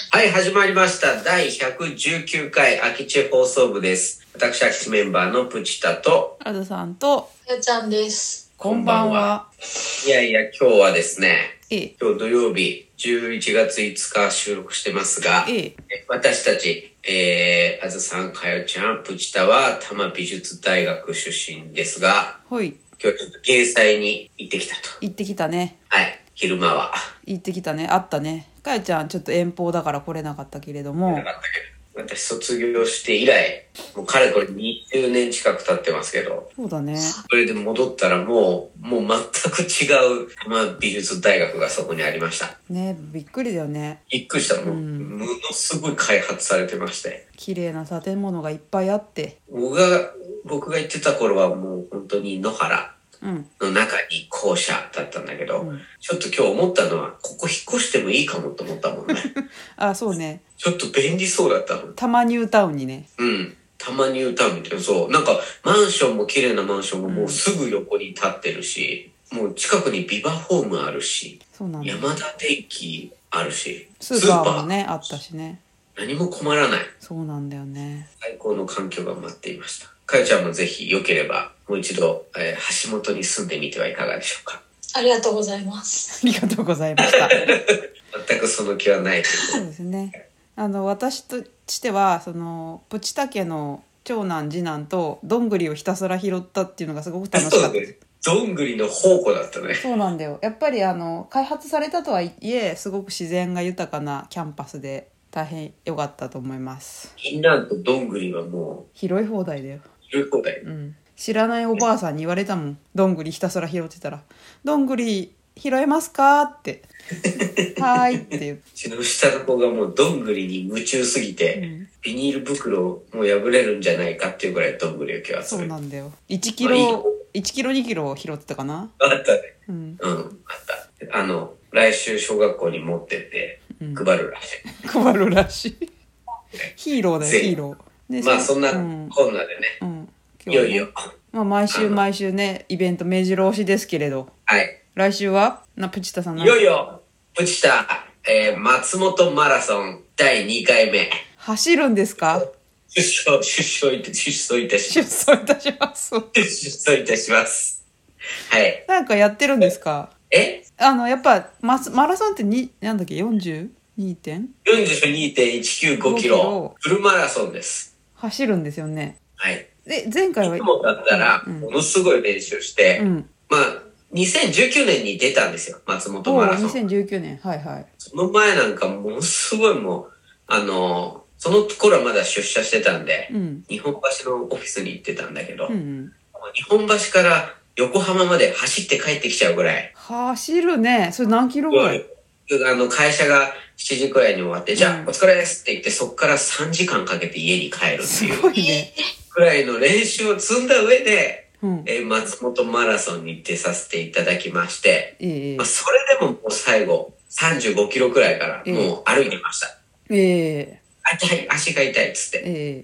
はい、始まりました。第119回空き地放送部です。私、空き地メンバーのプチタと、 あずさんと、 やちゃんです。 こんばんは。 いやいや、今日はですね、 今日土曜日、11月5日収録してますが、私たち、あずさん、かよちゃん、プチタは多摩美術大学出身ですが、 はい。 今日ちょっと芸祭に行ってきたと。 行ってきたね。 はい、昼間は。 行ってきたね。あったね。かよちゃんちょっと遠方だから来れなかったけれども。 なかったけど、私卒業して以来、もうかれこれ20年近く経ってますけど、 そうだね。 それで戻ったらもう全く違う多摩美術大学がそこにありました。 ね、びっくりだよね。 びっくりした。ものすごい開発されてまして。 綺麗な建物がいっぱいあって。 僕が行ってた頃はもう本当に野原の中に校舎だったんだけど、ちょっと今日思ったのは、ここ引っ越してもいいかもと思ったもんね。 あ、そうね。 ちょっと便利そうだったの。 多摩ニュータウンにね。 多摩ニュータウンみたいな、そう。なんかマンションも綺麗なマンションももうすぐ横に立ってるし、もう近くにビバホームあるし、 そうなんだ。 山田電機あるし、 スーパーもね、あったしね。 何も困らない。 そうなんだよね。 最高の環境が待っていました。かよちゃんもぜひ良ければもう一度、橋本に住んでみてはいかがでしょうか。 ありがとうございます。 ありがとうございました。 全くその気はない。 そうですね。私としてはプチタ家の長男次男とどんぐりをひたすら拾ったっていうのがすごく楽しかったです。 どんぐりの宝庫だったね。 そうなんだよ。やっぱり開発されたとはいえすごく自然が豊かなキャンパスで大変良かったと思います。 銀杏とどんぐりはもう拾い放題だよ。 拾い放題。 知らないおばあさんに言われたもん。どんぐりひたすら拾ってたら、どんぐり拾えますかってはーいって言って、 うちの下の子がもうどんぐりに夢中すぎて、ビニール袋もう破れるんじゃないかっていうぐらいどんぐりを今日はそうなんだよ。1キロ2キロ拾ってたかな。 あったね。あった。来週小学校に持ってって配るらしい。 配るらしい。ヒーローだよ、ヒーロー。まあそんなこんなでね。いよいよ。 まあ毎週ね、イベント目白押しですけれど。 はい。 来週はプチタさんいよいよ、プチタ、松本マラソン第2回目。 走るんですか？ 出走いたします。はい。 なんかやってるんですか？やっぱマラソンってなんだっけ、42.? 42.195 キロ。フルマラソンです。 走るんですよね。 はい。 で、前回は。 いつもだったら、ものすごい練習して、まあ、2019年に出たんですよ、松本マラソン。 2019年、はいはい。 その前なんかものすごいもう、その頃はまだ出社してたんで、日本橋のオフィスに行ってたんだけど、日本橋から横浜まで走って帰ってきちゃうぐらい。 走るね。それ何キロぐらい？ 会社が7時くらいに終わって、じゃあお疲れですって言って、そこから3時間かけて家に帰るっていう。 すごいね。 くらいの練習を積んだ上で、松本マラソンに出させていただきまして、それでももう最後35キロくらいからもう歩いてました。足が痛いっつって。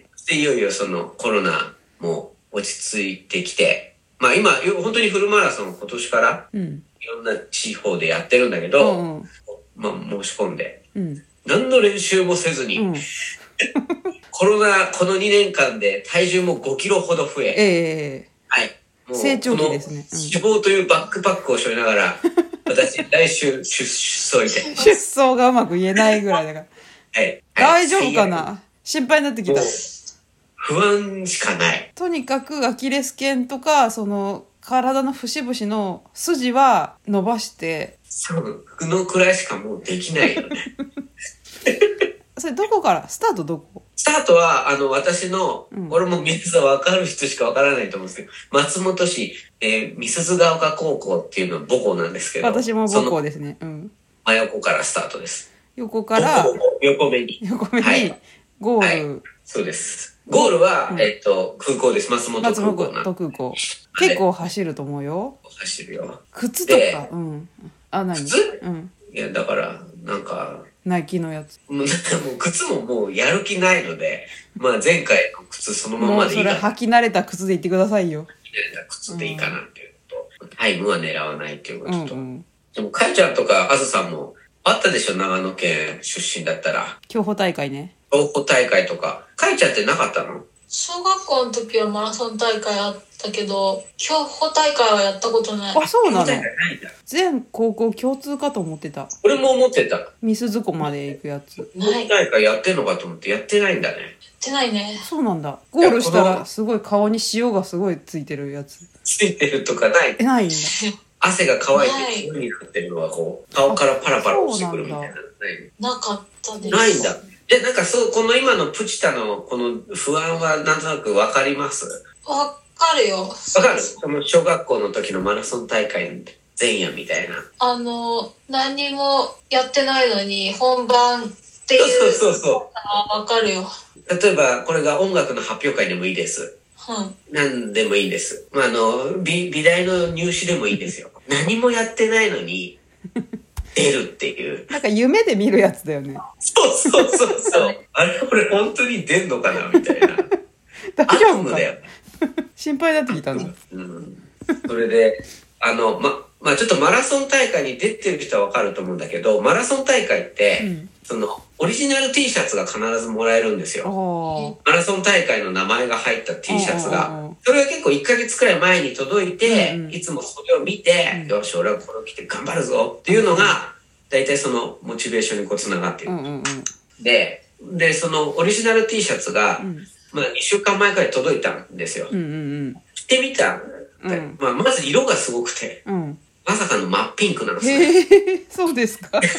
でいよいよそのコロナも落ち着いてきて、まあ今本当にフルマラソン今年からいろんな地方でやってるんだけど、まあ申し込んで、何の練習もせずに、この2年間で体重も5キロほど増え、はい。 もう成長期ですね。 脂肪というバックパックを背負いながら、私、来週、出走いて。 出走がうまく言えないぐらいだから。 はい。 大丈夫かな？心配になってきた。 不安しかない。 とにかくアキレス腱とか、体の節々の筋は伸ばして。 そのくらいしかもうできないよね。 それどこからスタートどこ？ スタートは私の、これも皆さん分かる人しか分からないと思うんですけど、松本市、美鈴ヶ丘高校っていうのは母校なんですけど、 私も母校ですね。 真横からスタートです。 横から横目にゴール、 そうです。ゴールは、空港です。松本空港。結構走ると思うよ。 走るよ。 靴とか、何？ 靴？いやだからなんかナイキのやつ。 もう靴ももうやる気ないので、まあ前回の靴そのままでいいかな。 もうそれ履き慣れた靴で行ってくださいよ。 履き慣れた靴でいいかなっていうのと、タイムは狙わないっていうことと。でもかいちゃんとかあずさんもあったでしょ、長野県出身だったら。 競歩大会ね。 競歩大会とか。書いちゃってなかったの？ 小学校の時はマラソン大会あったけど、競歩大会はやったことない。 あ、そうなの？ 競歩大会ないんだ。 全高校共通かと思ってた。 俺も思ってた。 三鈴湖まで行くやつ。 競歩大会やってんのかと思ってやってないんだね。 やってないね。 そうなんだ。ゴールしたらすごい顔に塩がすごいついてるやつ。 ついてるとかない？ ないんだ。 汗が乾いて塩に降ってるのがこう顔からパラパラ落ちてくるみたいな。 なかったです。 ないんだ。で、なんかこの今のプチタのこの不安はなんとなくわかります？ わかるよ。 わかる？その小学校の時のマラソン大会の前夜みたいな。 何にもやってないのに本番っていう。そうわかるよ。 例えばこれが音楽の発表会でもいいです。何でもいいです。まあ、美大の入試でもいいですよ。何もやってないのに出るっていう。 なんか夢で見るやつだよね。 そうあれこれ本当に出んのかなみたいな。 大丈夫か？ だよ。 心配になってきたんだ。 それでまあちょっとマラソン大会に出てる人はわかると思うんだけど、マラソン大会って、そのオリジナル T シャツが必ずもらえるんですよ。マラソン大会の名前が入った T シャツが。それが結構1ヶ月くらい前に届いて、いつもそれを見て、よし俺はこれを着て頑張るぞっていうのが大体そのモチベーションにこうつながっている。でそのオリジナル T シャツが、2週間前くらい届いたんですよ。着てみた。まず色がすごくて、まさかの真っピンクなんですね。 そうですか。で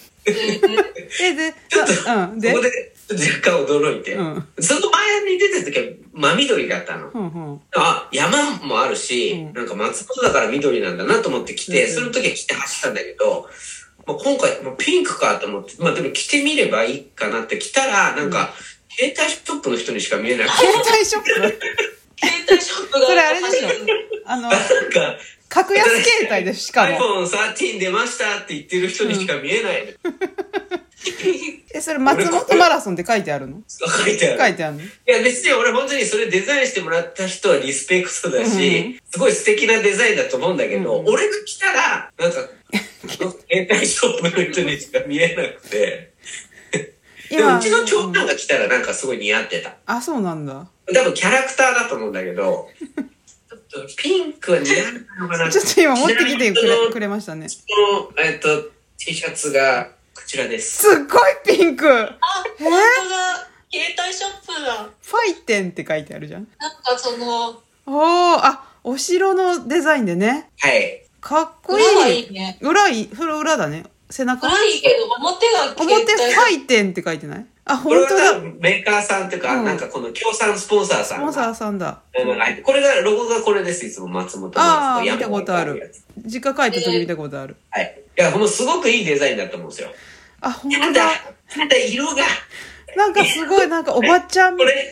ちょっとここで若干驚いて、その前に出てた時は真緑だったの。山もあるし、なんか松本だから緑なんだなと思って着て、その時は着て走ったんだけど、今回ピンクかと思って、でも着てみればいいかなって着たら、なんか携帯ショップの人にしか見えない。 携帯ショップ？ 携帯ショップがそれあれでしょ。格安携帯です。しかも iPhone13 出ましたって言ってる人にしか見えない。 それ松本マラソンって書いてあるの？ 書いてあるの。いや別に俺本当にそれデザインしてもらった人はリスペクトだし、すごい素敵なデザインだと思うんだけど、俺が来たらなんか携帯ショップの人にしか見えなくて。でもうちの長男が来たらなんかすごい似合ってた。 あ、そうなんだ。 多分キャラクターだと思うんだけど、ちょっとピンクは似合うのかな。 ちょっと今持ってきてくれましたね。 このT シャツがこちらです。 すっごいピンク。 本当だ。携帯ショップだ。 ファイテンって書いてあるじゃん。 なんかその。 お城のデザインでね。 はい。 かっこいい。 裏はいいね。 裏だね。背中。 裏いいけど表ファイテンって書いてない？本当だ。 メーカーさんっていうか、なんかこの協賛スポンサーさん。 スポンサーさんだ。 これが、ロゴがこれです。いつも松本の。 見たことある。実家帰った時見たことある。 はい。いや、すごくいいデザインだと思うんですよ。 本当だ。 ただ色が。 なんかすごい、なんかおばちゃん。 これ。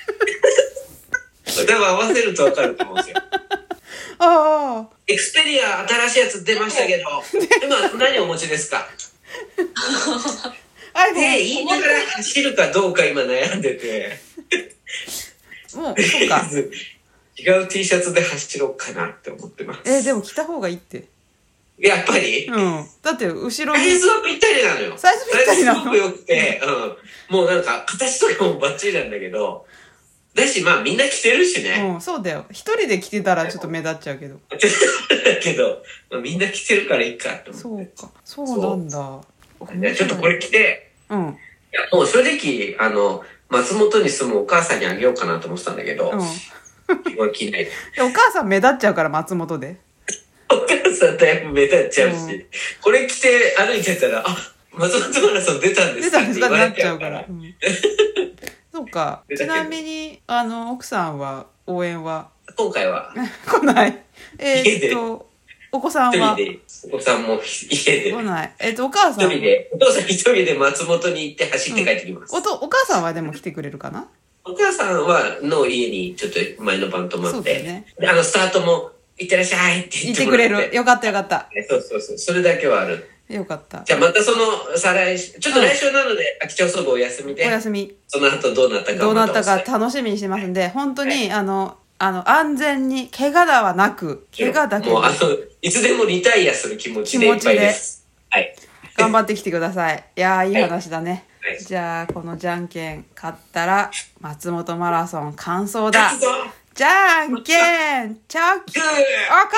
多分合わせるとわかると思うんですよ。エクスペリア新しいやつ出ましたけど、今何をお持ちですか？言いながら走るかどうか今悩んでて。 もう、そうか。 違う T シャツで走ろうかなって思ってます。 でも着た方がいいって。 やっぱり？ だって後ろに。 サイズはぴったりなのよ。 サイズぴったりなの？ すごく良くて、もうなんか形とかもバッチリなんだけど、だしみんな着てるしね。 そうだよ。一人で着てたらちょっと目立っちゃうけど。 だけど、みんな着てるからいいかと思って。 そうか。そうなんだ。 ちょっとこれ着て、いやもう正直松本に住むお母さんにあげようかなと思ってたんだけど、これ着ないで。 お母さん目立っちゃうから松本で。 お母さんだいぶ目立っちゃうし、これ着て歩いてたら松本マラソン出たんですかって言われちゃうから。 そうか。ちなみに奥さんは応援は今回は来ない。お子さんはお子さんも家で来ない。お母さんお父さん一人で松本に行って走って帰ってきます。 お母さんはでも来てくれるかな。 お母さんの家にちょっと前の晩泊まって、 ね、 スタートも行ってらっしゃいって言ってくれる。よかったよかった。 そうそれだけはある。 よかった。 じゃあまたちょっと来週なので秋長祖母お休みで。 お休み。 その後どうなったか楽しみにしてますんで、本当に安全に怪我だはなく、怪我だけもういつでもリタイアする気持ちでいっぱいです。はい。 頑張ってきてください。いやー、いい話だね。はい、じゃあ、このじゃんけん勝ったら、松本マラソン完走だ。じゃんけんチョキ。